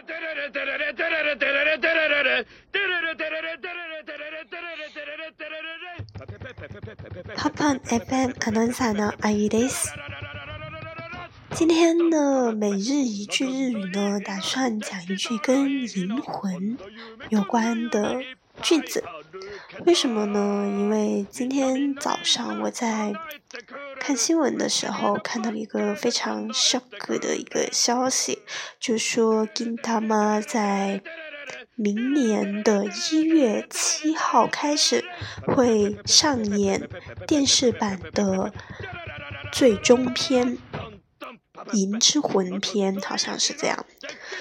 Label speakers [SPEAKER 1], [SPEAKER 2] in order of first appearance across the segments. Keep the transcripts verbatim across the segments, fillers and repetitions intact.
[SPEAKER 1] Pop-on F M アナウンサーのあゆです。今天的每日一句日语呢，打算讲一句跟银魂有关的句子。为什么呢？因为今天早上我在看新闻的时候看到了一个非常 shock 的一个消息，就说 Gintama 在明年的一月七号开始会上演电视版的最终篇银之魂篇，好像是这样。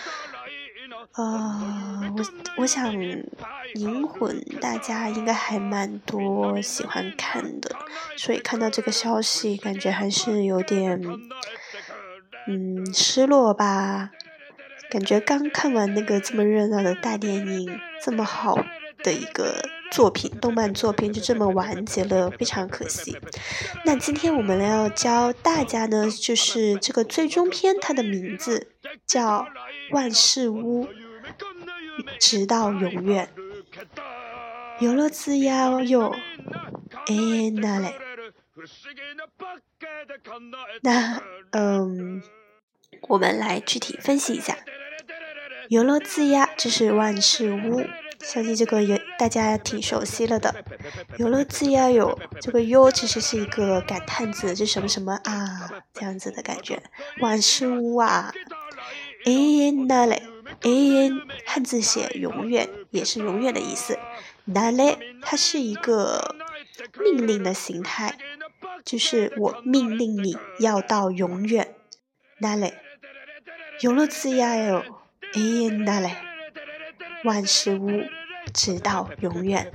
[SPEAKER 1] 呃，我我想银魂大家应该还蛮多喜欢看的，所以看到这个消息感觉还是有点嗯失落吧。感觉刚看完那个这么热闹的大电影，这么好的一个作品，动漫作品就这么完结了，非常可惜。那今天我们要教大家呢，就是这个最终篇，它的名字叫万事屋，直到永远。よろずやよえなれ。那嗯，我们来具体分析一下。よろずや这是万事屋，相信这个也大家挺熟悉了的。よろずやよ这个よ其实是一个感叹字，就什么什么啊这样子的感觉。万事屋啊，永遠なれ，永遠汉字写永远，也是永远的意思。なれ它是一个命令的形态，就是我命令你要到永远。なれよろずやよ永遠なれ万事屋直到永远。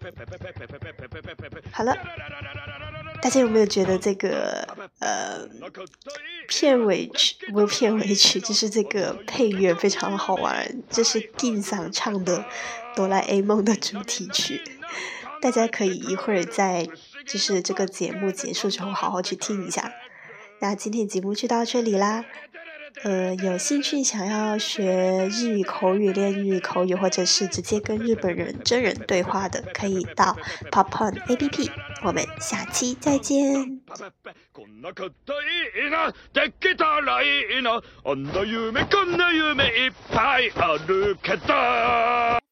[SPEAKER 1] 好了，大家有没有觉得这个呃片尾曲不是片尾曲，就是这个配乐非常好玩？这是定嗓唱的哆啦 A 梦的主题曲，大家可以一会儿在就是这个节目结束之后好好去听一下。那今天节目就到这里啦。呃，有兴趣想要学日语口语、练日语口语，或者是直接跟日本人真人对話的，可以到 Pop-on A P P。我们下期再見。こんなこといいな、できたらいいな、あんな夢こんな夢いっぱいあるけど。